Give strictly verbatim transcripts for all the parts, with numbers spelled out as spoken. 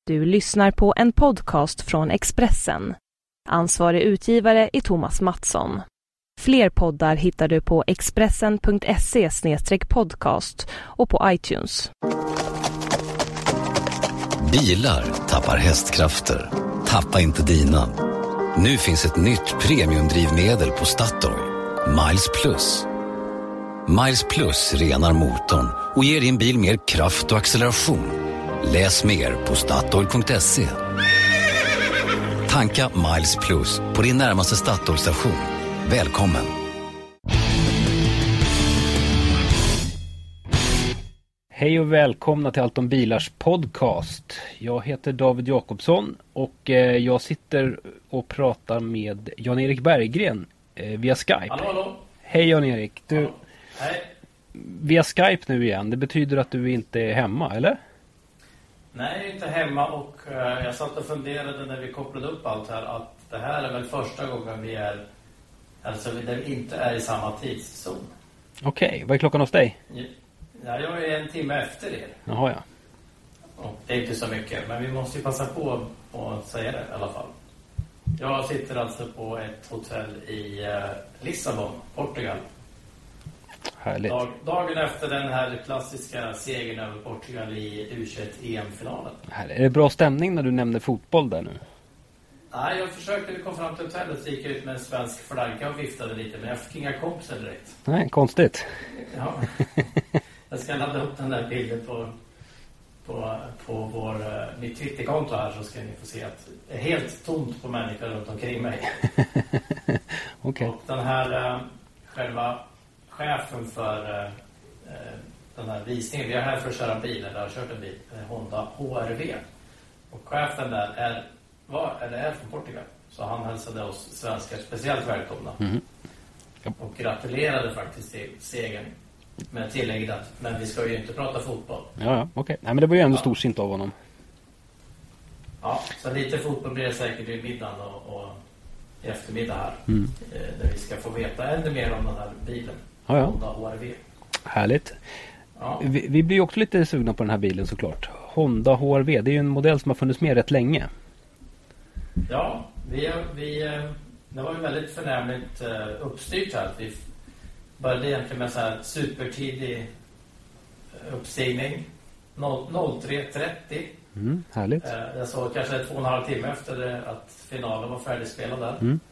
Du lyssnar på en podcast från Expressen. Ansvarig utgivare är Thomas Mattsson. Fler poddar hittar du på expressen punkt se slash podcast och på iTunes. Bilar tappar hästkrafter. Tappa inte dina. Nu finns ett nytt premiumdrivmedel på Statoil. Miles Plus. Miles Plus renar motorn och ger din bil mer kraft och acceleration. Läs mer på statoil punkt se. Tanka Miles Plus på din närmaste Statoil-station. Välkommen! Hej och välkomna till Allt om bilars podcast. Jag heter David Jakobsson och jag sitter och pratar med Jan-Erik Berggren via Skype. Hallå, hallå. Hej Jan-Erik. Du, hallå. Hej. Via Skype nu igen. Det betyder att du inte är hemma, eller? Nej, jag är inte hemma och uh, jag satt och funderade när vi kopplade upp allt här att det här är väl första gången vi är, alltså där vi inte är i samma tidszon. Okej, okay. Vad är klockan hos dig? Ja, jag är en timme efter er. Jaha, ja. Och det är inte så mycket, men vi måste ju passa på att säga det i alla fall. Jag sitter alltså på ett hotell i uh, Lissabon, Portugal. Härligt. Dag, dagen efter den här klassiska segern över Portugal i U tjugoett E M-finalen. Härligt. Är det bra stämning när du nämnde fotboll där nu? Nej, jag försökte komma fram till hotellet, gick ut med en svensk flagga och viftade lite, men jag fick inga kompisar direkt. Nej, konstigt. Ja. Jag ska ladda upp den där bilden på, på, på vår, mitt Twitterkonto här, så ska ni få se att det är helt tomt på människor runt omkring mig. Okay. Och den här äh, själva chefen för äh, den här visningen, vi är här för att köra bil, eller har kört en bil, en Honda H R V. Och chefen där är, var, eller är från Portugal. Så han hälsade oss svenskar speciellt välkomna. Mm. Yep. Och gratulerade faktiskt till segern. Med tillägget att, men vi ska ju inte prata fotboll. Ja, ja, okej. Okay. Nej, men det var ju ändå ja. storsint av honom. Ja, så lite fotboll blir det säkert i middagen och, och i eftermiddag här. Mm. Där vi ska få veta ännu mer om den här bilen. Ja, ja. Honda H R V. Härligt. Ja. Vi, vi blir ju också lite sugna på den här bilen såklart. Honda H R V, det är ju en modell som har funnits med rätt länge. Ja, vi, vi, det var ju väldigt förnämligt uppstyrt här. Vi började egentligen med så här supertidig uppstigning. noll tre trettio. Mm, härligt. Jag såg kanske två och en halv timme efter att finalen var färdigspelad där. Mm.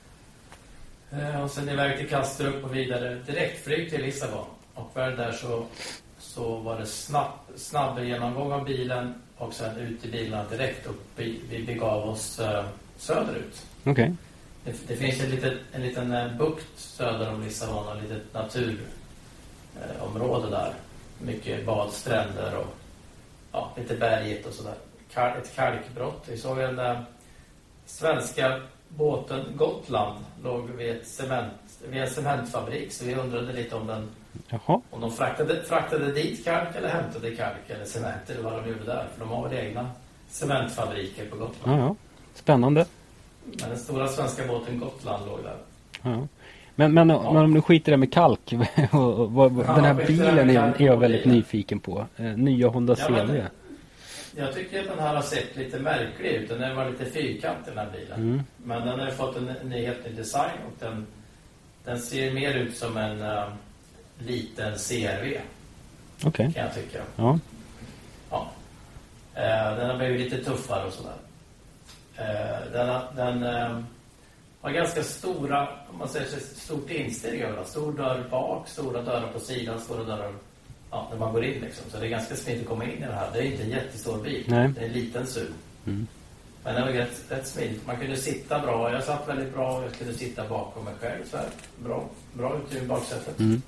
Och sen iväg till Kastrup och vidare direktflyg till Lissabon. Och väl där så, så var det snabb, snabb genomgång av bilen och sen ut i bilen direkt och vi, vi begav oss uh, söderut. Okej. Okay. Det, det finns en liten, en liten uh, bukt söder om Lissabon och ett litet naturområde uh, där. Mycket badstränder och ja, lite berget och sådär. Kal, ett kalkbrott. Vi såg en uh, svenska båten Gotland låg vid, ett cement, vid en cementfabrik, så vi undrade lite om den Jaha. om de fraktade, fraktade dit kalk eller hämtade kalk eller cement eller vad de gjorde där, för de har väl egna cementfabriker på Gotland. Ja, ja. Spännande. Men den stora svenska båten Gotland låg där. Ja. Men, men, ja. men om du skiter det med kalk och, och, och, ja, den här bilen är, är jag väldigt bilen. nyfiken på. Eh, nya Honda C V. Ja, jag tycker att den här har sett lite märklig ut. Den var lite fyrkantig, den här bilen. Mm. Men den har fått en, en helt ny design och den, den ser mer ut som en uh, liten C R V. Okej. Okay. Kan jag tycka. Ja. Ja. Uh, den har blivit lite tuffare och sådär. Uh, den har, den uh, har ganska stora, om man säger så, stort insteg över. Stor dörr bak, stora dörrar på sidan, stora dörrar ja, när man går in liksom. Så det är ganska smidigt att komma in i det här. Det är inte en jättestor bil. Nej. Det är en liten S U V. Mm. Men det var rätt, rätt smidigt. Man kunde sitta bra. Jag satt väldigt bra. Jag kunde sitta bakom mig själv. Så här. Bra, bra ut i baksätet. Mm.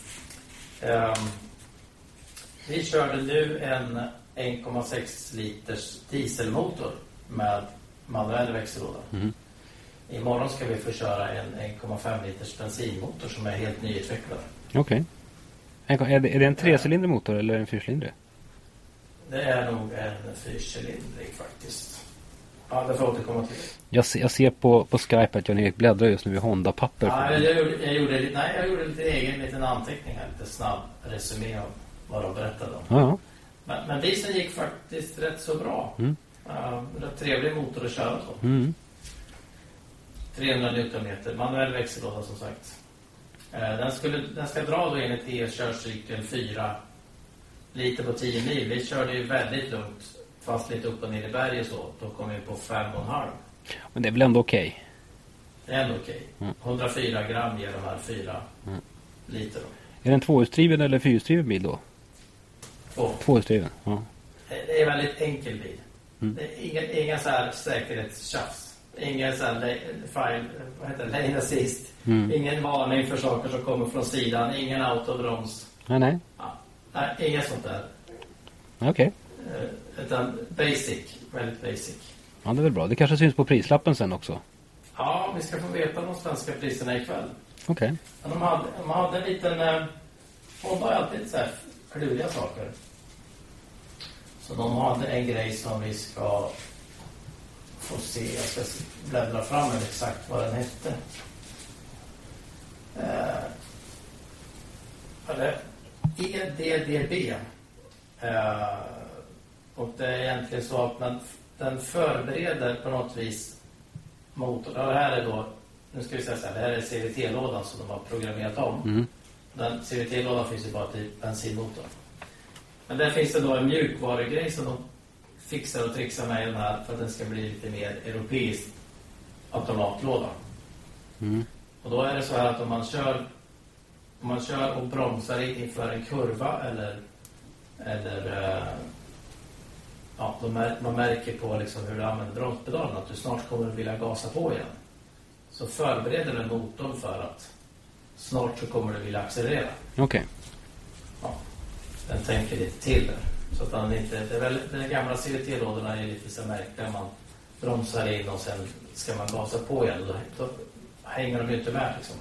Um, vi körde nu en en komma sex liters dieselmotor med manuell växellåda. Mm. Imorgon ska vi få köra en en komma fem liters bensinmotor som är helt nyutvecklad. Okej. Okay. Är det, är det en trecylindrig motor eller en fyrcylindrig? Det är nog en fyrcylindrig faktiskt. Ja, det får jag återkomma till. Jag ser, jag ser på, på Skype att Jan-Erik bläddrar just nu i Honda-papper. Ja, jag, gjorde, jag, gjorde, nej, jag gjorde lite egen liten anteckning här. Lite snabb resumé av vad de berättade om. Ja. Men, men dieseln gick faktiskt rätt så bra. Mm. Uh, det är en trevlig motor att köra så. Mm. trehundra newtonmeter, manuell växellåda som sagt. Uh, den, skulle, den ska dra då enligt e-körcykeln fyra liter på tio mil. Vi körde ju väldigt lugnt, fast lite upp och ner i berg och så. Då kom vi på fem och en halv. Men det är väl ändå okej? Okay. Det är ändå okej. Okay. Mm. hundrafyra gram ger de här fyra mm. liter då. Är det en tvåhjulsdriven eller fyrhjulsdriven bil då? Två. Tvåhjulsdriven, ja. Det är en väldigt enkel bil. Mm. Det är inga, inga så här säkerhetstjafs. Ingen så här file, vad heter det, lane assist. Mm. Ingen varning för saker som kommer från sidan. Ingen autobroms. Nej, nej. Ja, nej, inget sånt där. Okej. Okay. Utan basic, väldigt basic. Ja, det är väl bra. Det kanske syns på prislappen sen också. Ja, vi ska få veta de svenska priserna ikväll. Okej. Okay. De hade, de hade en liten... Eh, Honda har alltid så här kluriga saker. Så de hade en grej som vi ska få se. Jag ska bläddra fram exakt vad den hette. Eh, eller E D D B. Eh, och det är egentligen så att man, den förbereder på något vis motorn. Ja, det här är då, nu ska vi säga så här, det här är C V T-lådan som de har programmerat om. Mm. Den C V T-lådan finns ju bara till bensinmotorn. Men där finns det då en mjukvarugrej som de fixar och trixar med i den här för att den ska bli lite mer europeisk automatlåda. Mm. Och då är det så här att om man kör om man kör och bromsar inför en kurva eller eller äh, ja, man märker på liksom hur du använder bromspedalen att du snart kommer att vilja gasa på igen. Så förbereder den motorn för att snart så kommer du vilja accelerera. Okej. Okay. Ja, den tänker lite till där. Så att den inte, det är väl, de gamla C V T-lådorna är lite så märkliga. Man bromsar in och sen ska man gasa på igen. Då, då hänger de inte med liksom.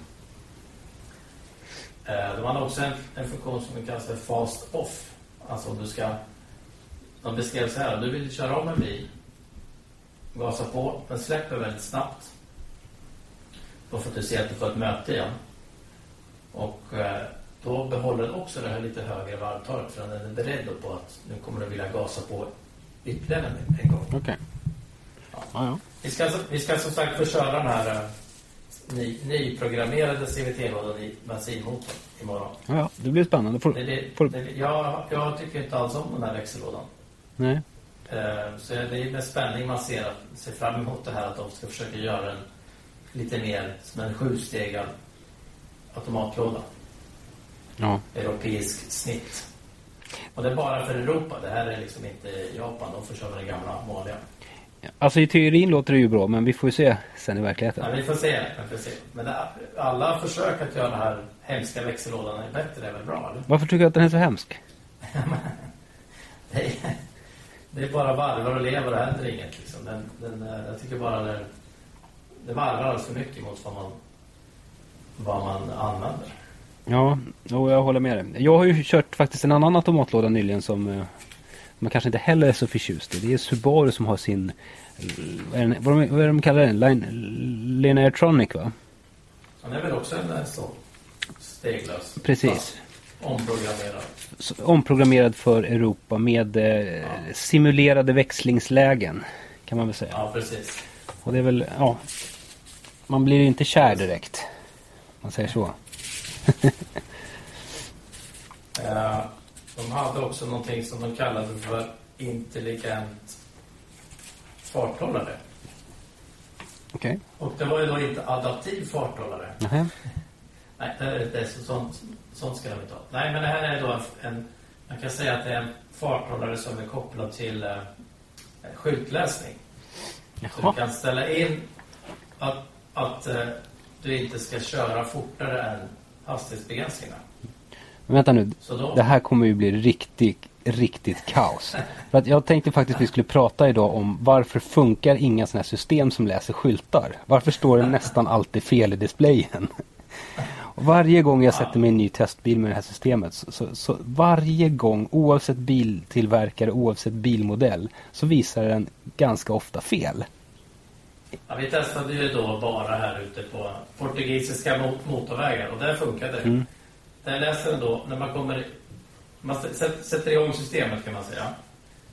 Eh, de har också en, en funktion som kallas för fast off. Alltså om du ska, de beskrev så här, du vill köra om en bil, gasa på, den släpper väldigt snabbt. Då får du se att du får ett möte igen. Och eh, då behåller den också det här lite högre varvtalet för den är beredd på att nu kommer du vilja gasa på ytterligare en, en gång. Okej. Okay. Ja. Ah, ja. Vi ska, vi ska som sagt få köra den här uh, ny, nyprogrammerade C V T-lådan i bensinmotorn imorgon. Ja, ja, det blir spännande. Får, det, det, får... det, jag, jag tycker inte alls om den här växellådan. Nej. Uh, så det är med spänning man ser, att, ser fram emot det här att de ska försöka göra en lite mer som en sjustegad automatlåda. Ja. Europeisk snitt. Och det är bara för Europa. Det här är liksom inte Japan. De får köra den gamla vanliga. Ja, alltså i teorin låter det ju bra, men vi får ju se sen i verkligheten. Ja, vi får se. Vi får se. Men det, alla försök att göra den här hemska växellådan är bättre, är väl bra, eller? Varför tycker du att den är så hemsk? det, är, det är bara varvar och lever och det händer inget. Liksom. Den, den, jag tycker bara det, det varvar alldeles för mycket mot vad man, vad man använder. Ja, och jag håller med dig. Jag har ju kört faktiskt en annan automatlåda nyligen som eh, man kanske inte heller är så förtjust i. Det är Subaru som har sin, vad är det, vad är det, vad är det de kallar den? Line, Lineartronic, va? Han är väl också en så steglös. Precis. Omprogrammerad. Så, omprogrammerad för Europa med eh, ja. simulerade växlingslägen, kan man väl säga. Ja, precis. Och det är väl, ja, man blir ju inte kär direkt. Man säger så. uh, de hade också någonting som de kallade för intelligent farthållare. Okej. Okay. Och det var ju då inte adaptiv farthållare. Uh-huh. Nej, det är, det är så, sånt, sånt ska de inte ha. Nej, men det här är då en, man kan säga att det är en farthållare som är kopplad till uh, skyltläsning. Jaha. Så du kan ställa in att, att uh, du inte ska köra fortare än hastighetsbegränsningarna. Men vänta nu, det här kommer ju bli riktigt, riktigt kaos. För att jag tänkte faktiskt att vi skulle prata idag om varför funkar inga sådana här system som läser skyltar. Varför står det nästan alltid fel i displayen? Och varje gång jag sätter mig i en ny testbil med det här systemet så, så, så varje gång, oavsett biltillverkare, oavsett bilmodell, så visar den ganska ofta fel. Ja, vi testade ju då bara här ute på portugisiska mot- motorvägar och där funkade det. Mm. Där läser den då, när man kommer, man sätter igång systemet kan man säga.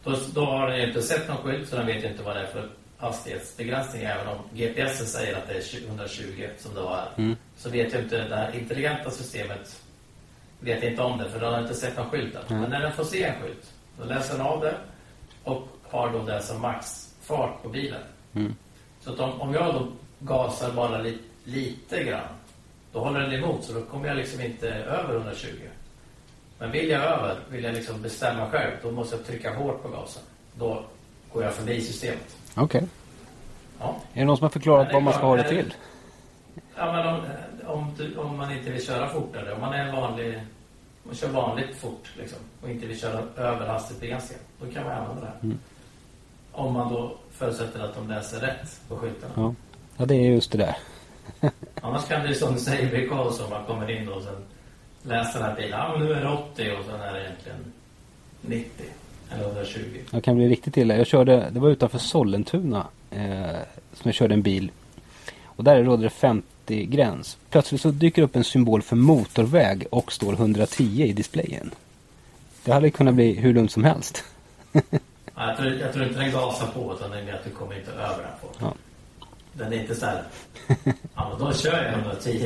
Då, då har den ju inte sett någon skylt, så den vet ju inte vad det är för hastighetsbegränsning. Även om G P S säger att det är hundratjugo som det var här. Mm. Så vet ju inte det här intelligenta systemet vet inte om det, för den har inte sett någon skylt där. Mm. Men när den får se en skylt, då läser den av det och har då det som maxfart på bilen. Mm. Så att om, om jag då gasar bara li, lite grann, då håller den emot, så då kommer jag liksom inte över hundratjugo. Men vill jag över, vill jag liksom bestämma själv, då måste jag trycka hårt på gasen. Då går jag förbi systemet. Okej. Okay. Ja. Är det någon som har förklarat vad man ska ha det till? Ja, men om, om, du, om man inte vill köra fortare, om man är en vanlig, man kör vanligt fort liksom, och inte vill köra över hastighetsbegränsningen, då kan man använda det här. Mm. Om man då förutsätter att de läser rätt på skyltarna. Ja, ja det är just det där. Annars kan det ju som du säger bli kaos om man kommer in då och sen läser den här bilen. Ja, men nu är det åttio och sen är det egentligen nittio eller hundratjugo. Jag kan bli riktigt illa. Jag körde, det var utanför Sollentuna eh, som jag körde en bil. Och där råder det femtio gräns. Plötsligt så dyker upp en symbol för motorväg och står hundratio i displayen. Det hade kunnat bli hur lugnt som helst. Ja, jag, tror, jag tror inte den gasar på, utan den är att du kommer inte över den på. Ja. Den är inte så här. Ja, men då kör jag hundratio.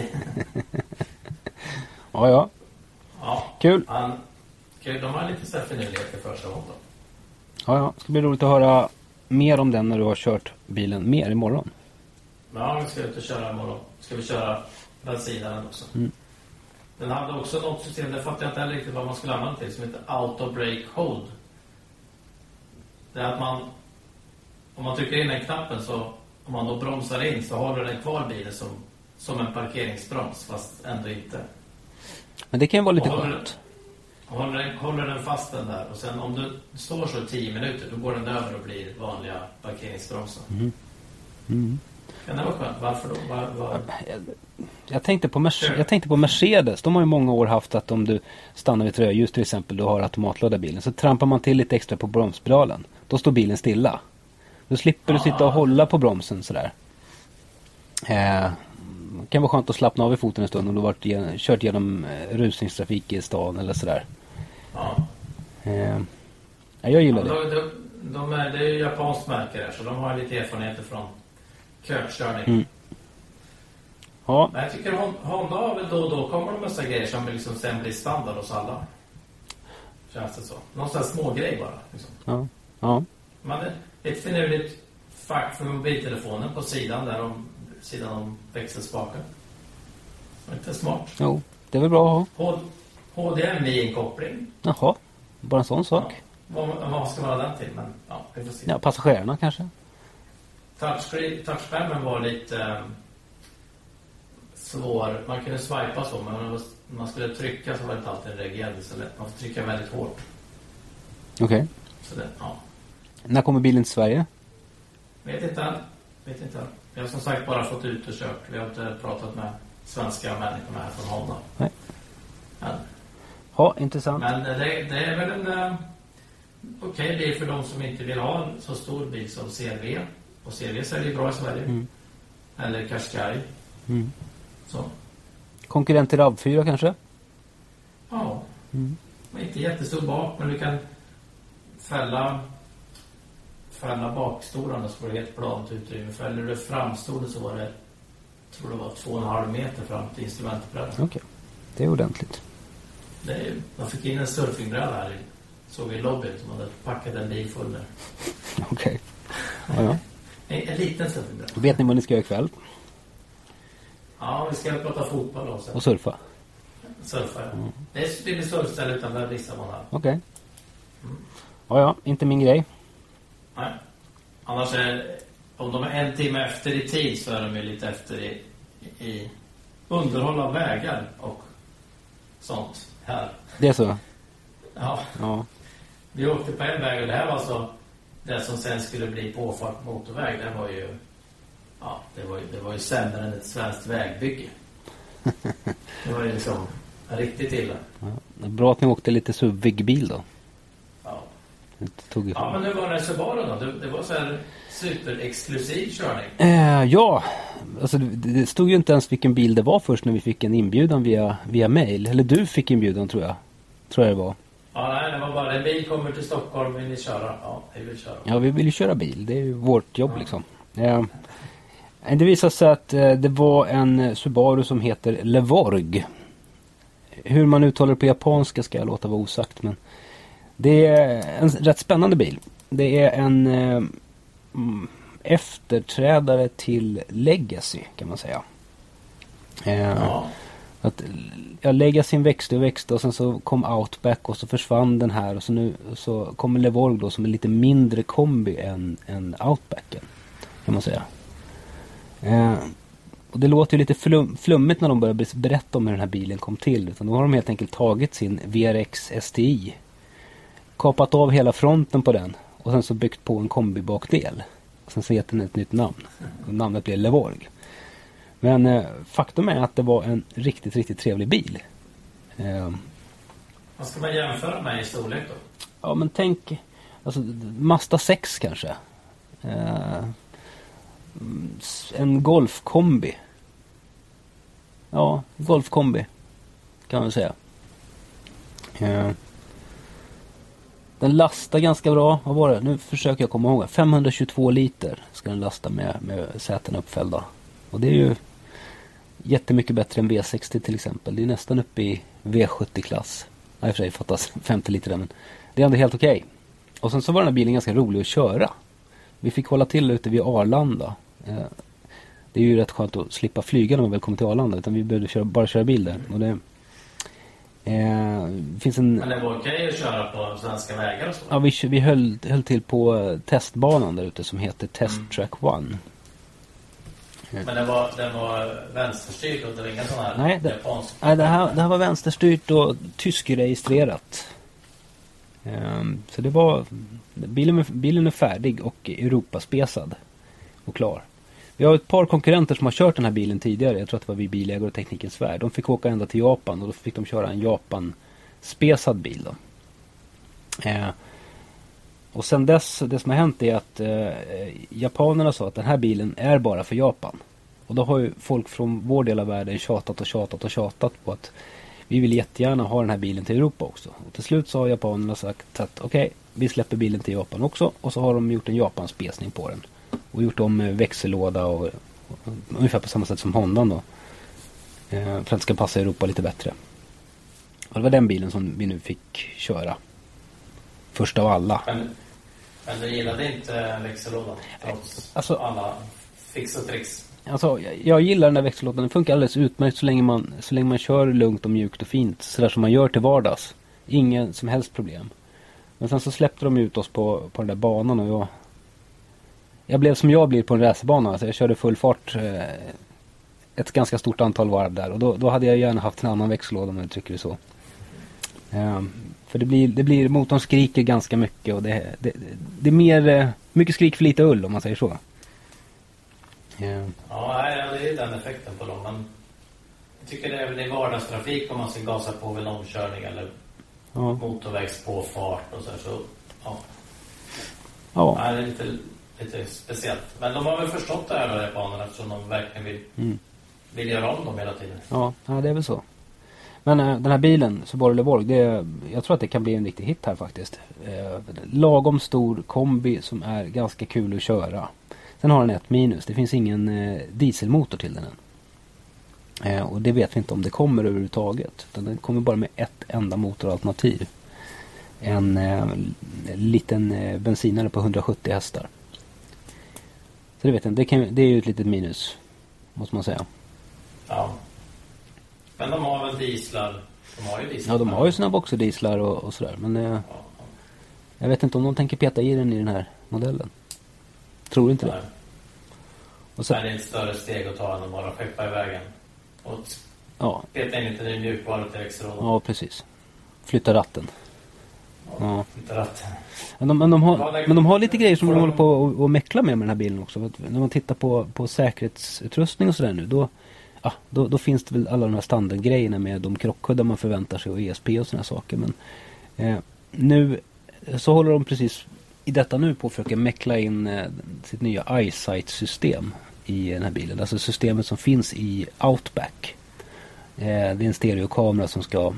Ja, ja. Ja. Kul. Han, kul. De har lite så här finurligheter för sig också. Ja, ja. Det ska bli roligt att höra mer om den när du har kört bilen mer imorgon. Ja, vi ska ut och köra imorgon. Ska vi köra bensinaren också. Mm. Den hade också något system, det fattar jag inte heller riktigt vad man skulle använda till, som heter Auto Brake Hold. Det är att man, om man trycker in den knappen, så om man då bromsar in, så håller den kvar bilen som, som en parkeringsbroms, fast ändå inte. Men det kan ju vara lite håller, skönt. Håller den, håller den fast den där, och sen om du står så tio minuter, då går den över och blir vanliga parkeringsbromsar. Mm. Mm. Kan det vara skönt? Varför då? Var, var... Jag, jag, tänkte på Mercedes, jag tänkte på Mercedes. De har ju många år haft att om du stannar vid ett rödljus till exempel, du har automatlåda bilen, så trampar man till lite extra på bromspedalen. Då står bilen stilla. Då slipper du sitta och hålla på bromsen sådär. Eh, det kan vara skönt att slappna av i foten en stund om du har varit gen- kört genom eh, rusningstrafik i stan eller sådär. Ja. Eh, jag gillar ja, det. De, de, de är, det är ju japanskt märke där, så de har lite erfarenheter från körkörning. Mm. Ja. Men jag tycker Honda har väl då och då kommer de med så grejer som liksom sen blir standard hos alla. Känns det så. Någon sån här små grej bara. Liksom. Ja. Ja. Man är ett finurligt fack för mobiltelefonen på sidan där om sidan om växelspaken. Det är inte smart. Jo, det är väl bra att ha. H D M I-inkoppling. Jaha, bara en sån sak. Ja. Vad, vad ska man ha den till? Men, ja, vi får se. Ja, passagerarna kanske. Touchscreen, touchskärmen var lite eh, svår. Man kunde swipa så, men om man skulle trycka så var det inte alltid reagerande så lätt. Man får trycka väldigt hårt. Okej. Okay. Så det, ja. När kommer bilen till Sverige? Vet inte. Vet inte. Jag har som sagt bara fått ut och kört. Vi har inte pratat med svenska människor här från Honda. Nej. Men, ja, intressant. Men det, det är väl en eh, okej okay bil för de som inte vill ha en så stor bil som C R V. Och C R V säljer bra i Sverige. Mm. Eller Qashqai. Mm. Så. Konkurrent till RAV fyra kanske? Ja. Mm. Inte jättestor bak, men du kan fälla fälla bakstolarna så får det helt plant utrymme. Fäller du framstolen så var det, tror det var två och en halv meter fram till instrumentbrädan. Okej, okay. Det är ordentligt. Det är, man fick in en surfingbräda här, såg vi i lobbyn som hade packat en bil full där. Okej. Okay. Ja, ja. En, en liten surfingbräda. Vet ni vad ni ska göra ikväll? Ja, vi ska prata fotboll också. Och surfa? Surfa, ja. Mm. Det är lite surfställ utanför Lissabon här. Okej. Okay. Mm. Ja, ja. Inte min grej. Nej. Annars är, om de är en timme efter i tid så är de ju lite efter i, i underhåll av vägar och sånt här. Det är så? Ja. Ja. Vi åkte på en väg och det här var så det som sen skulle bli påfart motorväg, det var ju ja, det var ju, det var ju sämre än ett svenskt vägbygge. Det var ju liksom riktigt illa. Ja, bra att ni åkte lite S U V-bil då. Ja. Tog ja, men nu var det Subaru då. Det, det var så här superexklusiv körning. Eh, ja, alltså det, det stod ju inte ens vilken bil det var först när vi fick en inbjudan via, via mail. Eller du fick inbjudan tror jag. Tror jag det var. Ja, nej, det var bara en bil kommer till Stockholm, vill ni köra? Ja, vi vill köra. Ja, vi vill ju köra bil. Det är ju vårt jobb ja. liksom. Ja. Det visade sig att det var en Subaru som heter Levorg. Hur man uttalar det på japanska ska jag låta vara osagt, men det är en rätt spännande bil. Det är en eh, efterträdare till Legacy kan man säga. Eh, ja. Att, ja, Legacyn växte och växte och sen så kom Outback och så försvann den här och så nu så kommer Levorg då som en lite mindre kombi än, än Outbacken kan man säga. Eh, och det låter ju lite flum, flummigt när de börjar berätta om hur den här bilen kom till, utan då har de helt enkelt tagit sin V R X S T I, kapat av hela fronten på den och sen så byggt på en kombibakdel och sen så gett den ett nytt namn och namnet blev Levorg. Men eh, faktum är att det var en riktigt riktigt trevlig bil. Eh, Vad ska man jämföra med i storlek då? Ja, men tänk alltså Mazda sex kanske. Eh, en golfkombi. Ja, golfkombi kan man säga. Eh, den lastar ganska bra. Vad var det? Nu försöker jag komma ihåg. femhundratjugotvå liter ska den lasta med, med säten uppfällda. Och det är ju jättemycket bättre än V sextio till exempel. Det är nästan uppe i V sjuttio-klass. Nej, för sig fattas femtio liter där, men det är ändå helt okej. Okay. Och sen så var den här bilen ganska rolig att köra. Vi fick hålla till ute vid Arlanda. Eh, det är ju rätt skönt att slippa flyga när man väl kommer till Arlanda. Utan vi behövde köra, bara köra bil där. Och det, eh, finns en... Men det var okej att köra på svenska vägar och så? Ja, vi, vi höll, höll till på testbanan där ute som heter Test Track One. Men den var, den var vänsterstyrt och det var ingen sån här nej, det, japansk? Nej, det här, det här var vänsterstyrt och tyskregistrerat. Um, så det var bilen, bilen är färdig och Europaspesad och klar. Vi har ett par konkurrenter som har kört den här bilen tidigare. Jag tror att det var vid Bilägare och Teknikens Värld. De fick åka ända till Japan och då fick de köra en Japan-spesad bil då. Uh, och sen dess, det som har hänt är att uh, japanerna sa att den här bilen är bara för Japan. Och då har ju folk från vår del av världen tjatat och tjatat och tjatat på att vi vill jättegärna ha den här bilen till Europa också. Och till slut så har japanerna sagt att okej, okay, vi släpper bilen till Japan också. Och så har de gjort en Japan-spesning på den. Och gjort om växellåda och, och, och ungefär på samma sätt som Honda då. Eh, för att det ska passa Europa lite bättre. Och det var den bilen som vi nu fick köra. Först av alla. Men, men du gillade inte växellådan? Trots alltså, alla fix och tricks? Alltså, jag, jag gillar den där växellådan. Den funkar alldeles utmärkt så länge man, så länge man kör lugnt och mjukt och fint. Sådär som man gör till vardags. Ingen som helst problem. Men sen så släppte de ut oss på, på den där banan och jag... Jag blev som jag blir på en racerbana. Alltså jag körde full fart eh, ett ganska stort antal varv där. Och då, då hade jag gärna haft en annan växellåda om jag trycker det så. Eh, för det blir, det blir... Motorn skriker ganska mycket och det, det, det är mer... Eh, mycket skrik för lite ull om man säger så. Yeah. Ja, det är den effekten på dem. Men jag tycker det är väl i vardagstrafik om man ska gasa på vid omkörning eller ja. motorvägspåfart och så här, så ja. Ja. Ja, det är lite, lite speciellt. Men de har väl förstått det här med japanerna eftersom de verkligen vill, mm. vill göra om dem hela tiden. Ja, ja det är väl så. Men äh, den här bilen, Subaru Levorg, det, jag tror att det kan bli en riktig hit här faktiskt. Eh, lagom stor kombi som är ganska kul att köra. Sen har den ett minus. Det finns ingen eh, dieselmotor till den än. Eh, och det vet vi inte om det kommer överhuvudtaget. Utan den kommer bara med ett enda motoralternativ. En eh, liten eh, bensinare på hundrasjuttio hästar. Så det vet jag inte. Det, kan, det är ju ett litet minus. Måste man säga. Ja. Men de har väl dieslar? De har ju dieslar. Ja, de har ju sina boxerdieislar och, och sådär. Men eh, ja. jag vet inte om de tänker peta i den i den här modellen. Tror inte det. Nej. Och så, men det är ett större steg att ta än att bara skeppa i vägen. Och ja. peta in lite ny mjukvara till extra. Ja, precis. Flytta ratten. Ja, ja. Flytta ratten. Men de, men, de har, men de har lite grejer som de håller på att, att mäckla med med den här bilen också. Att när man tittar på, på säkerhetsutrustning och sådär nu, då, ja, då, då finns det väl alla de här standardgrejerna med de krockkuddar man förväntar sig och E S P och sådana saker. Men eh, nu så håller de precis i detta nu på att försöka mäckla in eh, sitt nya EyeSight-system i den här bilen. Alltså systemet som finns i Outback. Eh, det är en stereokamera som ska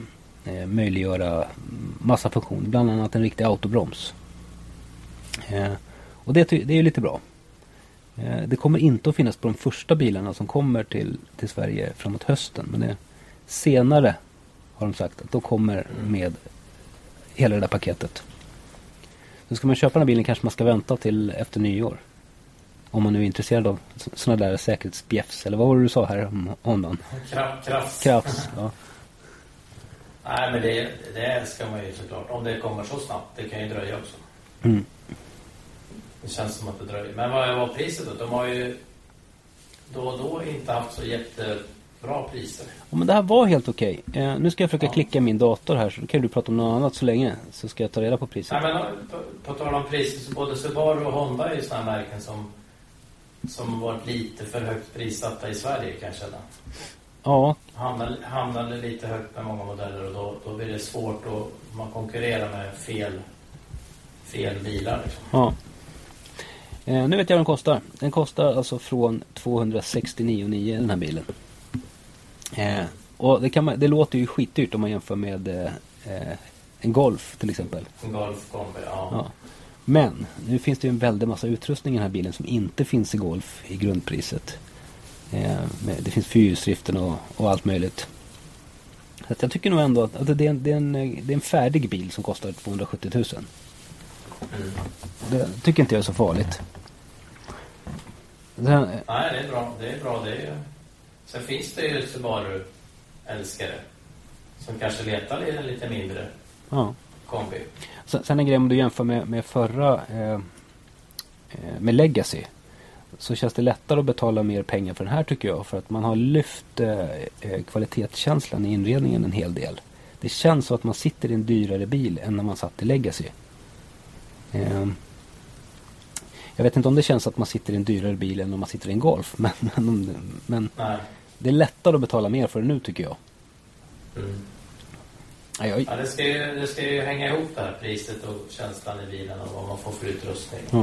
eh, möjliggöra massa funktioner. Bland annat en riktig autobroms. Eh, och det, det är ju lite bra. Eh, det kommer inte att finnas på de första bilarna som kommer till, till Sverige framåt hösten. Men det, senare har de sagt att de kommer med hela det där paketet. Så ska man köpa den här bilen kanske man ska vänta till efter nyår. Om man nu är intresserad av sådana där säkerhetsbjäfs. Eller vad var det du sa här om Hondan? Krafts. Krafts, ja. Nej, men det, det älskar man ju såklart. Om det kommer så snabbt. Det kan ju dröja också. Mm. Det känns som att det dröjer. Men vad var priset då? De har ju då och då inte haft så jättebra priser. Ja, men det här var helt okej. Eh, nu ska jag försöka ja. klicka min dator här. Så kan du prata om något annat så länge. Så ska jag ta reda på priset. Nej, men på, på tal om priser så både Subaru och Honda är ju sådana märken som som varit lite för högt prissatta i Sverige kan jag känna. Ja. Hamnar, hamnar lite högt med många modeller och då, då blir det svårt att man konkurrerar med fel fel bilar liksom. Ja. Eh, nu vet jag vad den kostar. Den kostar alltså från tvåhundrasextionio nio den här bilen. Eh, och det, kan man, det låter ju skitdyrt om man jämför med eh, en Golf till exempel. En Golf kombi, ja. ja. Men nu finns det ju en väldig massa utrustning i den här bilen som inte finns i Golf i grundpriset. Eh, med, det finns fyrhjulsdriften och, och allt möjligt. Så att jag tycker nog ändå att, att det, är en, det, är en, det är en färdig bil som kostar tvåhundrasjuttio tusen. Mm. Det tycker inte jag är så farligt. Sen, Nej, det är bra. Det är bra. Det är... Sen finns det ju Subaru-älskare som kanske letar i en lite mindre ja. kombi. Sen, sen en grej om du jämför med, med förra eh, med Legacy, så känns det lättare att betala mer pengar för den här tycker jag. För att man har lyft eh, kvalitetskänslan i inredningen en hel del. Det känns så att man sitter i en dyrare bil än när man satt i Legacy. Eh, jag vet inte om det känns att man sitter i en dyrare bil än om man sitter i en Golf. Men, men, men det är lättare att betala mer för det nu tycker jag. Mm. Aj, aj. Ja, det ska, ju, det ska ju hänga ihop det här priset och känslan i bilen och vad man får för utrustning. Ja.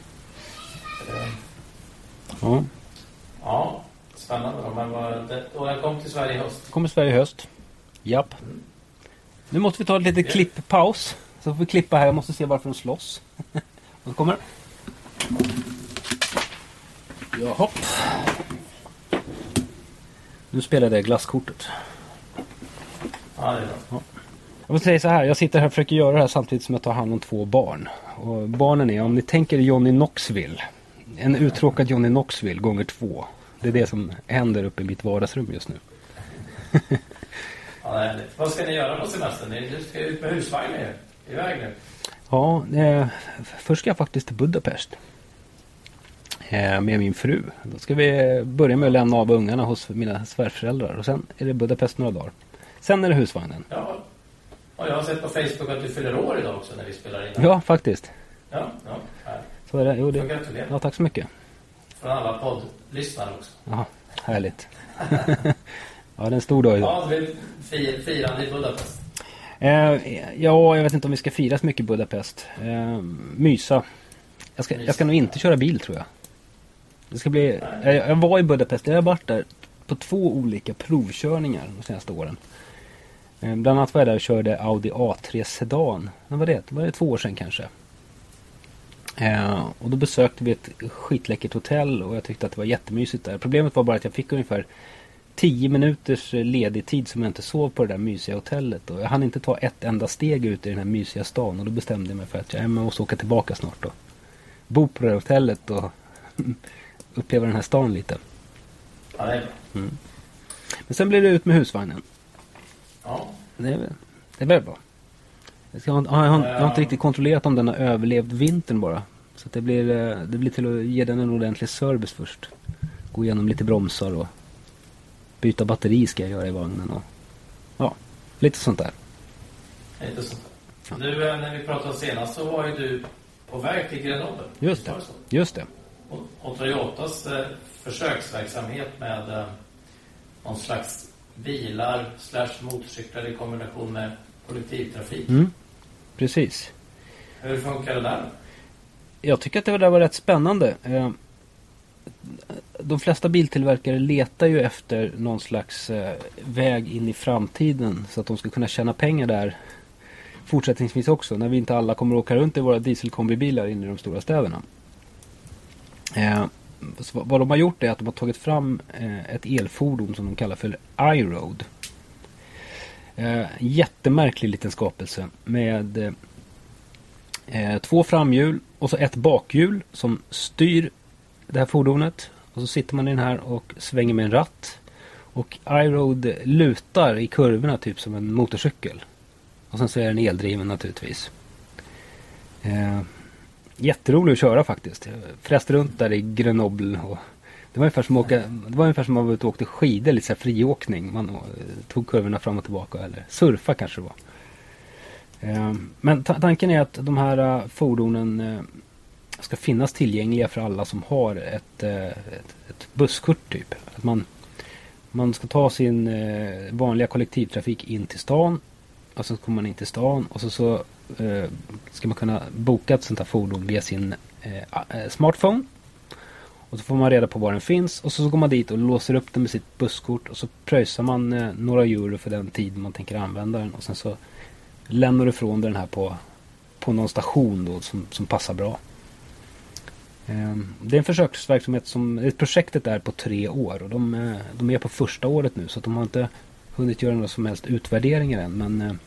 Ja. Ja, spännande då. Men vad, det, och den kom till Sverige i höst. Kommer till Sverige i höst. Japp. Mm. Nu måste vi ta ett litet yeah. klipppaus. Så får vi klippa här. Jag måste se varför de slåss. Vad kommer? Jaha. Nu spelar jag glasskortet. Ja, det är bra. Ja. Jag vill säga så här. Jag sitter här och försöker göra det här samtidigt som jag tar hand om två barn. Och barnen är, om ni tänker Johnny Knoxville. En uttråkad Johnny Knoxville gånger två. Det är det som händer uppe i mitt vardagsrum just nu. Ja, det är lite. Vad ska ni göra på semestern? Ni ska ut med husvagn nu. Iväg nu. Ja, eh, först ska jag faktiskt till Budapest. Eh, med min fru. Då ska vi börja med att lämna av ungarna hos mina svärföräldrar. Och sen är det Budapest några dagar. Sen är det husvagnen. Ja, och jag har sett på Facebook att du fyller år idag också när vi spelar in. Ja, faktiskt. Ja, ja. Så är det. Jo, det. Gratulerar. Ja, tack så mycket. Från alla poddlyssnare också. Ja, härligt. Ja, det är en stor dag idag. Ja, det blir fir- firande i Budapest. Eh, ja, jag vet inte om vi ska fira så mycket i Budapest. Eh, mysa. Jag ska, jag ska nog inte köra bil tror jag. Det ska bli... Jag, jag var i Budapest. Jag har varit där på två olika provkörningar de senaste åren. Eh, bland annat var jag där och körde Audi A tre Sedan. När var det? Det var det två år sedan kanske. Eh, och då besökte vi ett skitläckert hotell och jag tyckte att det var jättemysigt där. Problemet var bara att jag fick ungefär tio minuters ledig tid som jag inte sov på det där mysiga hotellet. Och jag hann inte ta ett enda steg ut i den här mysiga stan. Och då bestämde jag mig för att jag måste åka tillbaka snart och bo på det här hotellet och uppleva den här stan lite. Ja, det är bra. Mm. Men sen blev det ut med husvagnen. Ja. Det är, det är väldigt bra. Jag, ska, jag, har, jag, har, jag har inte riktigt kontrollerat om den har överlevt vintern bara. Så att det, blir, det blir till att ge den en ordentlig service först. Gå igenom lite bromsar och byta batteri ska jag göra i vagnen. Och, ja, lite sånt där. Lite sånt där. Ja. Du, när vi pratade senast så var ju du på väg till Grenoble. Just det, just det. Och, och Toyotas eh, försöksverksamhet med eh, någon slags bilar slash motorcyklar i kombination med kollektivtrafik. Mm, precis. Hur funkar det där? Jag tycker att det där var rätt spännande. de flesta biltillverkare letar ju efter någon slags eh, väg in i framtiden så att de ska kunna tjäna pengar där fortsättningsvis också, när vi inte alla kommer att åka runt i våra dieselkombibilar in i de stora städerna. Eh, så vad de har gjort är att de har tagit fram eh, ett elfordon som de kallar för iRoad. Eh, jättemärklig liten skapelse med eh, två framhjul och så ett bakhjul som styr det här fordonet. Och så sitter man i den här och svänger med en ratt. Och iRoad lutar i kurvorna typ som en motorcykel. Och sen så är den eldriven naturligtvis. Eh, jätterolig att köra faktiskt. Jag fräste runt där i Grenoble. Och det var ungefär som att åka, det var ungefär som att man var åkte skidor, lite så här friåkning. Man tog kurvorna fram och tillbaka. Eller surfa kanske det var. Eh, men ta- tanken är att de här uh, fordonen uh, ska finnas tillgängliga för alla som har ett, uh, ett, ett busskort typ. Att man, man ska ta sin uh, vanliga kollektivtrafik in till stan. Och så kommer man in till stan och så, så uh, ska man kunna boka ett sånt här fordon via sin uh, smartphone. Och så får man reda på var den finns och så går man dit och låser upp den med sitt busskort och så pröjsar man uh, några euro för den tid man tänker använda den och sen så lämnar du ifrån den här på, på någon station då som, som passar bra. Uh, det är en försöksverksamhet som, projektet är på tre år och de, uh, de är på första året nu så att de har inte hunnit göra några som helst utvärderingar än, men eh,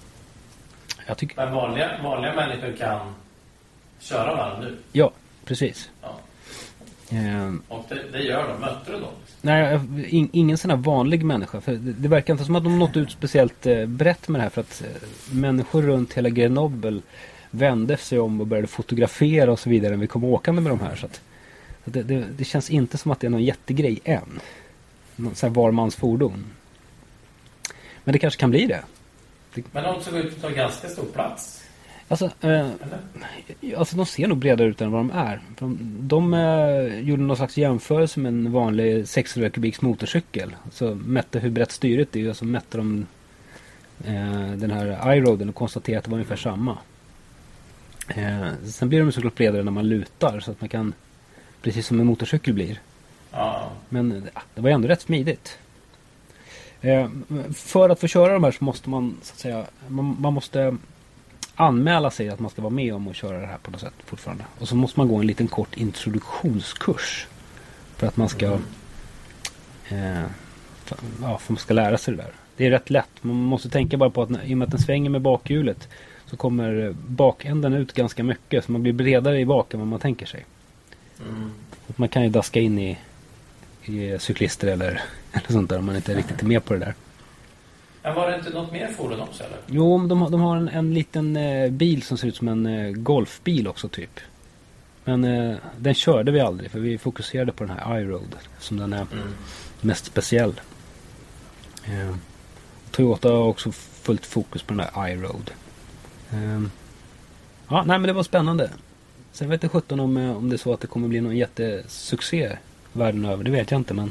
jag tycker... Men vanliga, vanliga människor kan köra varandra nu? Ja, precis. Ja. Eh, och det, det gör de, möter du dem? Nej, in, ingen sån här vanlig människa. För det, det verkar inte som att de nått ut speciellt eh, brett med det här för att eh, människor runt hela Grenoble vände sig om och började fotografera och så vidare när vi kom åkande med de här. Så att, så det, det, det känns inte som att det är någon jättegrej än. Någon sån här varmans fordon. Men det kanske kan bli det. det... Men de såg ut att ta ganska stor plats. Alltså, eh, alltså de ser nog bredare ut än vad de är. De, de eh, gjorde någon slags jämförelse med en vanlig sexhundra kubiks motorcykel. Så mätte hur brett styret är och så mätte de eh, den här iRoaden och konstaterade att det var ungefär samma. Eh, sen blir de såklart bredare när man lutar så att man kan, precis som en motorcykel blir. Ja. Men ja, det var ändå rätt smidigt. Eh, för att få köra de här så måste man så att säga, man, man måste anmäla sig att man ska vara med om att köra det här på något sätt fortfarande. Och så måste man gå en liten kort introduktionskurs för att man ska mm. eh, för, ja, för man ska lära sig det där. Det är rätt lätt. Man måste tänka bara på att i och med att den svänger med bakhjulet så kommer bakänden ut ganska mycket så man blir bredare i bak än vad man tänker sig. Mm. Man kan ju daska in i i cyklister eller, eller sånt där om man inte är riktigt med på det där. Men var det inte något mer fordon också eller? Jo, de, de har en, en liten eh, bil som ser ut som en eh, golfbil också typ. Men eh, den körde vi aldrig för vi fokuserade på den här iRoad som den är mm. mest speciell. Eh, Toyota har också fullt fokus på den här iRoad. Eh, ja, nej men det var spännande. Sen vet jag sjutton om, om det är så att det kommer bli någon jättesuccé världen över, det vet jag inte men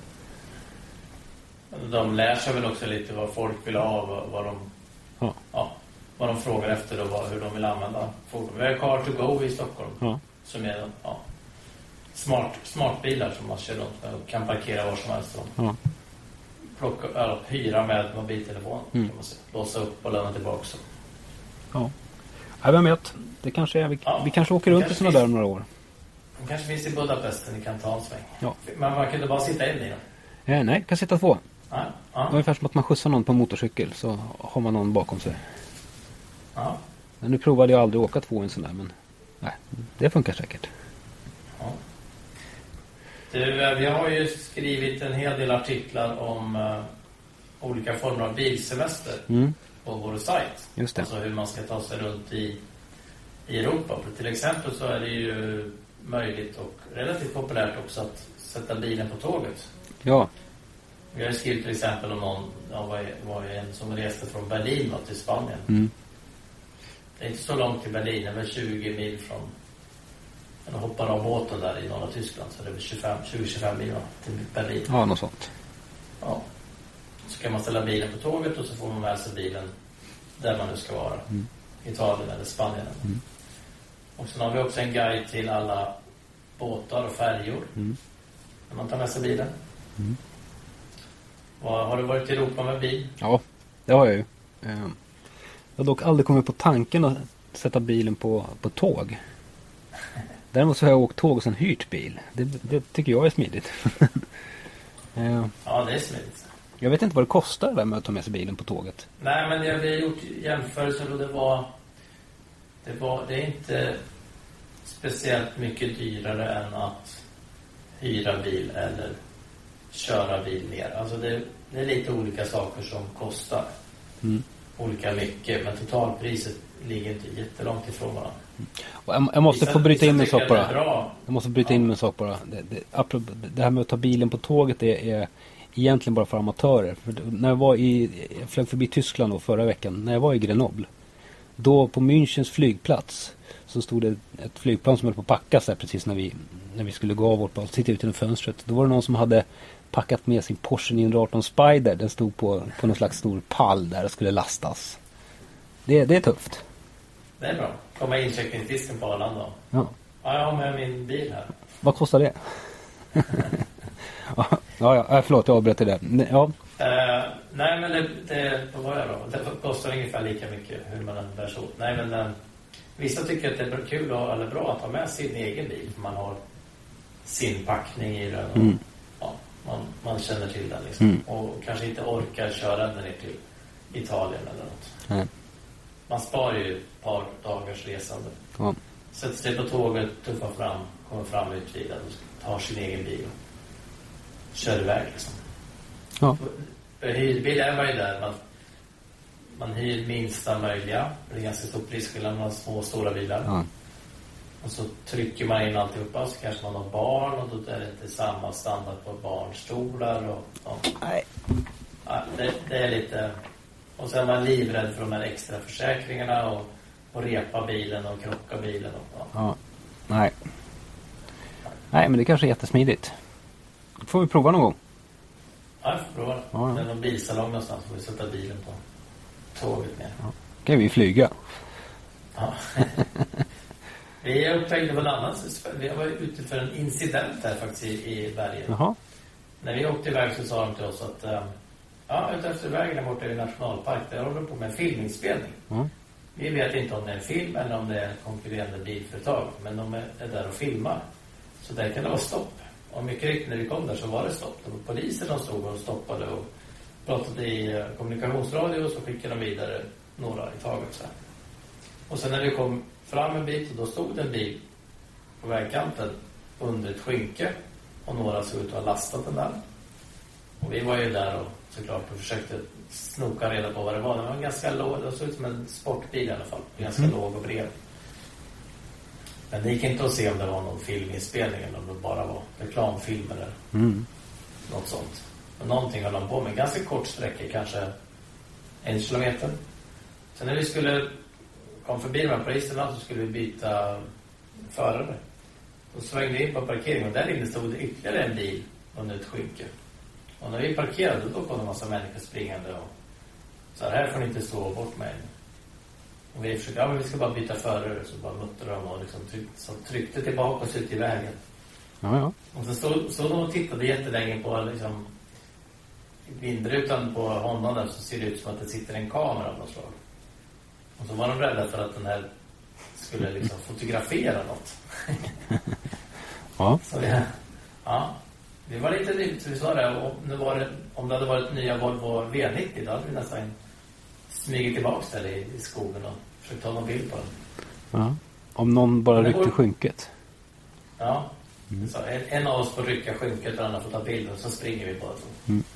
de lär sig väl också lite vad folk vill ha vad, vad de ja. Ja, vad de frågar efter och vad, hur de vill använda fordon. Vi har Car to Go i Stockholm ja. som är ja, smart, smartbilar som man kör runt med och kan parkera var som helst och ja. plocka, eller, hyra med mobiltelefon mm. kan man säga. Låsa upp och lämna tillbaka så. Ja, ja vem vet, det kanske är, vi, ja. vi kanske åker runt i sådana där några år. De kanske finns i Budapest ni kan ta en sväng. Ja. Men man kan inte bara sitta in i den. Eh, nej, kan sitta två. Ja. Ja. Ungefär som att man skjutsar någon på en motorcykel så har man någon bakom sig. Ja. Men nu provade jag aldrig åka två i en sån där men nej, det funkar säkert. Ja. Du, vi har ju skrivit en hel del artiklar om uh, olika former av bilsemester mm. på vår sajt. Just det. Alltså hur man ska ta sig runt i, i Europa. För till exempel så är det ju möjligt och relativt populärt också att sätta bilen på tåget. Ja. Vi har skrivit till exempel om någon ja, var, var en som reste från Berlin till Spanien. Mm. Det är inte så långt till Berlin, det är väl tjugo mil från eller hoppar av båten där i norra Tyskland så det är väl tjugo till tjugofem mil till Berlin. Ja, något sånt. Ja. Så kan man ställa bilen på tåget och så får man med sig bilen där man nu ska vara. Mm. Italien eller Spanien. Mm. Och sen har vi också en guide till alla båtar och färjor. Mm. när man tar med sig bilen. Mm. Var, har du varit i Europa med bil? Ja, det har jag ju. Jag har dock aldrig kommit på tanken att sätta bilen på, på tåg. Däremot så har jag åkt tåg och sen hyrt bil. Det, det tycker jag är smidigt. Ja, det är smidigt. Jag vet inte vad det kostar där med att ta med sig bilen på tåget. Nej, men jag har gjort jämförelser och det var, det var... Det är inte speciellt mycket dyrare än att hyra bil eller köra bil mer. Alltså det, det är lite olika saker som kostar. Mm. Olika mycket, men totalpriset ligger inte jättelångt ifrån varandra. Och jag, jag måste vissa, få bryta in en sak bara. Bra. Jag måste bryta ja. in en sak bara. Det, det, det här med att ta bilen på tåget är, är egentligen bara för amatörer. För när jag var i, jag flög förbi Tyskland då förra veckan, när jag var i Grenoble. Då på Münchens flygplats så stod det ett flygplan som höll på att packas där precis när vi, när vi skulle gå av vårt och titta ut genom fönstret. Då var det någon som hade packat med sin Porsche nio arton Spider. Den stod på, på någon slags stor pall där och skulle lastas. Det, det är tufft. Det är bra. Komma in checkningsdisken på Arlanda. Ja. Ja, jag har med min bil här. Vad kostar det? ja, ja, förlåt, jag avbröt det där. Ja. Uh, nej, men det, det, vad var jag då? Det kostar ungefär lika mycket hur man än bär så. Nej, men uh, vissa tycker att det är kul och, eller bra att ha med sin egen bil. För man har sin packning i den. Och, mm. ja, man, man känner till den liksom. Mm. Och kanske inte orkar köra den ner till Italien eller något. Mm. Man sparar ju ett par dagars resande. Ja. Sätter sig på tåget, tuffar fram, kommer fram utvilad och tar sin egen bil och kör iväg liksom. Ja. Hyrbil är man ju där. Man, man hyr minsta möjliga. Det är ganska stor prisskillnad mellan små och stora bilar. Ja. Och så trycker man in alltihopa. Så kanske man har barn och då är det inte samma standard på barnstolar. Och, ja. Nej. Ja, det, det är lite... Och så är man livrädd för de här extra försäkringarna och, och repa bilen och krocka bilen. Och, ja. Ja. Nej. Nej, men det kanske är jättesmidigt. Då får vi prova någon gång. Ja, jag får prova det. Ja, ja. Det är någon bilsalong någonstans får vi sätta bilen på tåget ner. Ja. Kan vi flyga? Ja. Vi är upptäckte på en annan. Vi var ute för en incident här faktiskt i, i bergen. Jaha. När vi åkte iväg så sa de till oss att ja, ute efter vägen där borta i nationalpark där håller de på med en filminspelning. Mm. Vi vet inte om det är en film eller om det är konkurrerande bilföretag. Men de är, är där och filmar. Så där kan det vara stopp. Och mycket riktigt när vi kom där så var det stopp. Det var poliser som stod och stoppade och pratade i kommunikationsradio och så skickade de vidare några i taget. Så här. Och sen när vi kom fram en bit och då stod en bil på vägkanten under ett skynke och några såg ut att ha lastat den där. Och vi var ju där och såklart och försökte snoka reda på vad det var. Det var en ganska låg, det såg ut som en sportbil i alla fall. Ganska mm. låg och bred. Men det gick inte att se om det var någon filminspelning eller om det bara var reklamfilm eller mm. något sånt. Men någonting höll de på med. Ganska kort sträcka, kanske en kilometer. Sen när vi skulle komma förbi de här poliserna så skulle vi byta förare. Då svängde vi in på parkeringen och där inne stod det ytterligare en bil under ett skynke. Och när vi parkerade då kom en massa människor springande och så här får ni inte stå bort med. Och vi försökte, ja men vi ska bara byta förare. Så bara muttrade de och liksom tryck, så tryckte tillbaka oss ut i vägen. Ja, ja. Och så stod, stod de och tittade jättelänge på liksom vindrutan på honom där så ser det ut som att det sitter en kamera av något slag. Och så var de rädda för att den här skulle liksom fotografera något. Ja. Så vi, ja. Det var lite nytt, så vi sa det. Och nu var det, om det hade varit nya Volvo V nittio då hade vi nästan smugit tillbaka där i, i skogen och försökt ta någon bild på den. Ja. Om någon bara ryckte går... skynket. Ja. Mm. Så en, en av oss får rycka skynket och andra får ta bilden och så springer vi på det. Mm.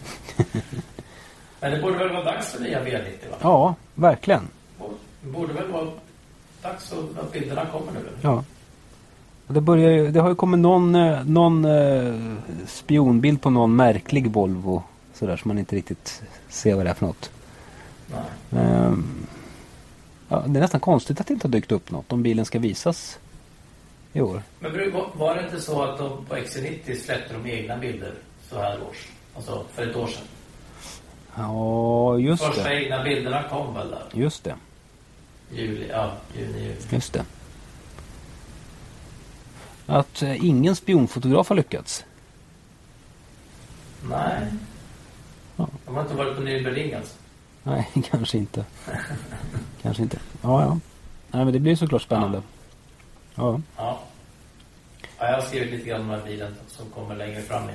Men det borde väl vara dags för nya V nittio va? Ja, verkligen. Det borde väl vara dags att bilderna kommer nu. Ja. Det, börjar ju, det har ju kommit någon, någon eh, spionbild på någon märklig Volvo sådär som man inte riktigt ser vad det är för något. Nej. Um, ja, det är nästan konstigt att det inte har dykt upp något om bilen ska visas i år. Men var det inte så att de på X C nittio släppte de egna bilder så här års? Alltså för ett år sedan? Ja, just Första det. Första egna bilderna kom väl där? Just det. Juli, ja, juni, juli. Just det. Att eh, ingen spionfotograf har lyckats. Nej. Ja. De har inte varit på Nürburgring alltså. Nej, kanske inte. kanske inte. Ja, ja. Nej, men det blir såklart spännande. Ja. Ja. Ja, jag har skrivit lite grann om den här bilen som kommer längre fram i,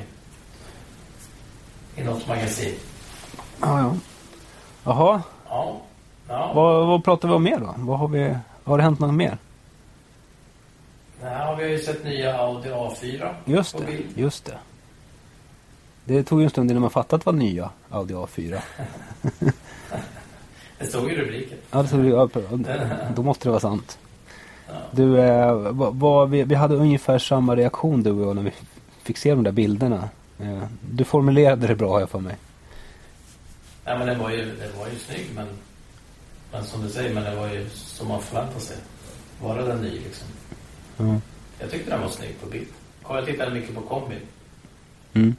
i något magasin. Ja, ja. Jaha. Ja. Ja. Vad, vad pratar vi om mer då? Vad har, vi, har det hänt något mer? Ja, vi har ju sett nya Audi A fyra. Just det, just det. Det tog ju en stund innan man fattat att det var nya Audi A fyra. Det stod i rubriken. Ja, det stod, ja, då måste det vara sant. Ja. Du, eh, vad, vad, vi, vi hade ungefär samma reaktion du och jag när vi fick se de där bilderna. Eh, du formulerade det bra, har jag för mig. Nej, men det var ju, det var ju snygg, men, men som du säger, men det var ju som man förväntar sig. Var det den ny liksom? Mm. Jag tyckte den var snygg på bild. Jag tittade mycket på kombi. Mm.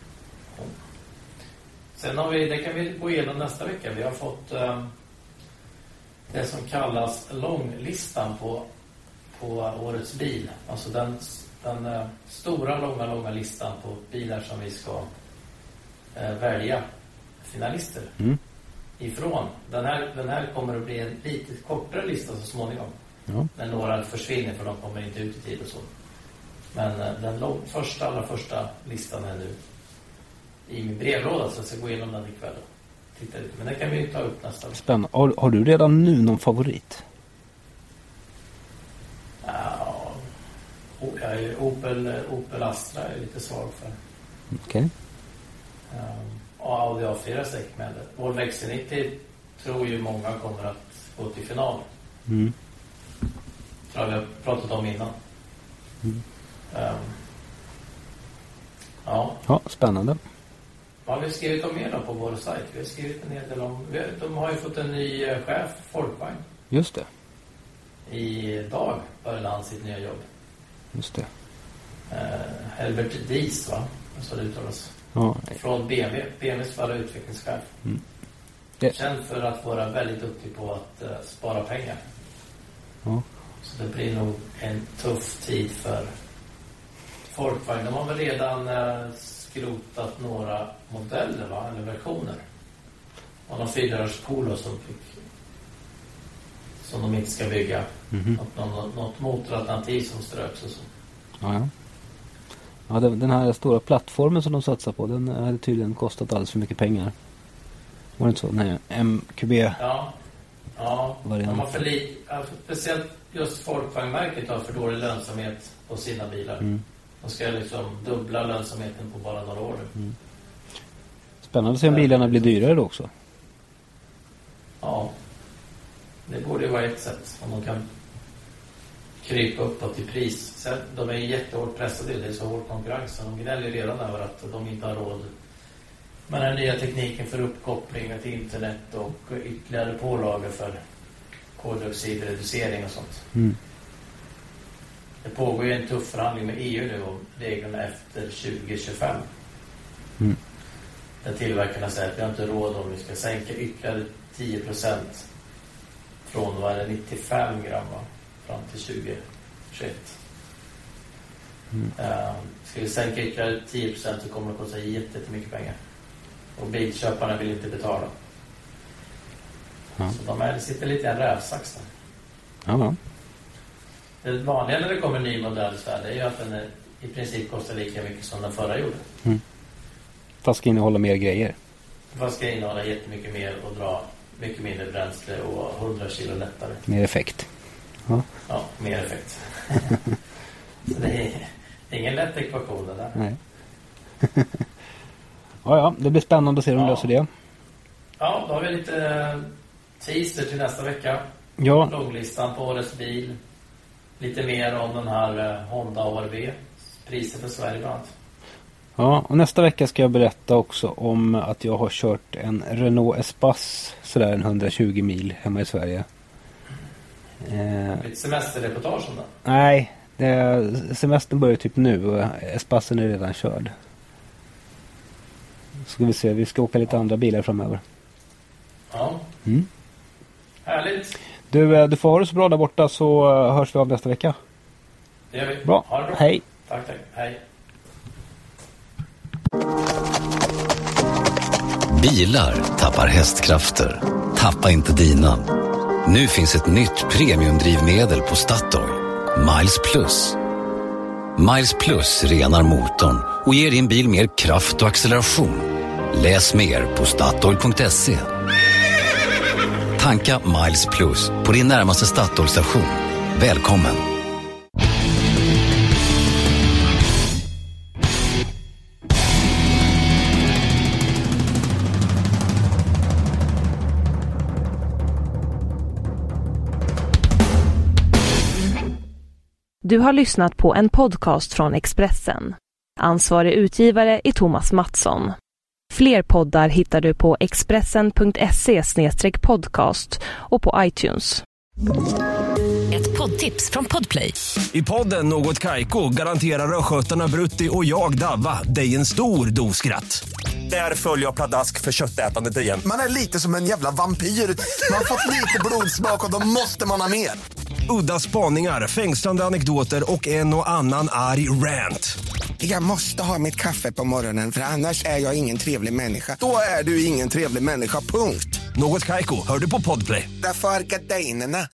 Sen har vi, det kan vi gå igenom nästa vecka. Vi har fått um, det som kallas långlistan på, på årets bil. Alltså den, den uh, stora, långa, långa listan på bilar som vi ska uh, välja finalister Mm. ifrån. Den här, den här kommer att bli en lite kortare lista så småningom. Ja. När några försvinner, för de kommer inte ut i tid och så. Men uh, den lång, första, allra första listan är nu i min brevlåda, så jag ska gå igenom den ikväll och titta lite. Men det kan vi ju ta upp nästa vecka. Spännande. Har, har du redan nu någon favorit? Ja, jag är ju Opel, Opel Astra är lite svag för. Okej. Okay. Um, och Audi A fyra säkert med det. Volvo X C nittio tror ju många kommer att gå till final. Mm. Tror jag vi har pratat om innan. Mm. Um, ja. Ja, spännande. Vad har vi skrivit om mer då på vår sajt? Vi har skrivit en hel del om... De har ju fått en ny chef, Folkvagn. Just det. Idag började han sitt nya jobb. Just det. Uh, Herbert Dies, va? Så det uttalas. Ja. Från B M W. B M Ws förra utvecklingschef. Mm. Det. Känd för att vara väldigt duktig på att uh, spara pengar. Ja. Så det blir nog en tuff tid för Folkvagn. De har väl redan uh, skrotat några modeller, va? Eller versioner. Och de fyrhjulars Polo som fick som de inte ska bygga. Mm-hmm. Något, något, något motoralternativ som ströks och så. Ja, ja. Ja, den här stora plattformen som de satsar på, den hade tydligen kostat alldeles för mycket pengar. Var det inte så? Nej, M Q B. Ja, ja. Variant. De har för li- alltså, speciellt just Folkvagnmärket har för dålig lönsamhet på sina bilar. Mm. De ska liksom dubbla lönsamheten på bara några år. Mm. Spännande att se om bilarna blir dyrare då också. Ja. Det borde ju vara ett sätt om de kan krypa uppåt i pris. Sen, de är ju jättehårt pressade, det är så hård konkurrens. De gnäller redan över att de inte har råd med den nya tekniken för uppkoppling till internet och ytterligare pålagor för koldioxidreducering och sånt. Mm. Det pågår ju en tuff förhandling med E U nu om reglerna efter tjugo tjugofem. Mm. Där tillverkarna säger att vi har inte råd om vi ska sänka ytterligare tio procent från vad är det, nittiofem gram va? Fram till tjugo tjugoett. Mm. Uh, ska vi sänka ytterligare tio procent så kommer det kosta jättemycket pengar. Och bilköparna vill inte betala. Ja. Så de är, sitter lite i en rävsax där. Ja. Det vanliga när det kommer en ny modell så är det ju att den är, i princip kostar lika mycket som den förra gjorde. Mm. Fast ska innehålla mer grejer. Fast ska innehålla jättemycket mer och dra mycket mindre bränsle och hundra kilo lättare. Mer effekt. Ja, ja mer effekt. Så det är ingen lätt ekvation det där. Nej. Ja, ja, det blir spännande att se hur de ja. löser det. Ja, då har vi lite teaser till nästa vecka. Ja. Långlistan på årets bil. Lite mer om den här Honda O R V. Priset för Sverige bland annat. Ja, och nästa vecka ska jag berätta också om att jag har kört en Renault Espace sådär en hundratjugo mil hemma i Sverige. Eh, Lite semesterreportage om det? Nej, det, semestern börjar typ nu och Espacen är redan körd. Ska vi se, vi ska åka lite ja. andra bilar framöver. Ja. Mm. Härligt. Du, du får ha det så bra där borta så hörs vi av nästa vecka. Det gör vi. Bra. Ha det bra. Hej. Tack, tack. Hej. Bilar tappar hästkrafter. Tappa inte dina. Nu finns ett nytt premiumdrivmedel på Statoil. Miles Plus. Miles Plus renar motorn och ger din bil mer kraft och acceleration. Läs mer på statoil punkt se. Tanka Miles Plus på din närmaste Statoil-station. Välkommen! Du har lyssnat på en podcast från Expressen. Ansvarig utgivare är Thomas Mattsson. Fler poddar hittar du på expressen punkt se slash podcast och på iTunes. Ett poddtips från Podplay. I podden Något Kaiko garanterar östgötarna Brutti och jag Davva dig en stor dos skratt. Där följer jag pladask för köttätandet igen. Man är lite som en jävla vampyr. Man har fått lite blodsmak och då måste man ha mer. Udda spaningar, fängslande anekdoter och en och annan arg rant. Jag måste ha mitt kaffe på morgonen för annars är jag ingen trevlig människa. Då är du ingen trevlig människa, punkt. Något Kaiko, hör du på Podplay. Därför är gardinerna.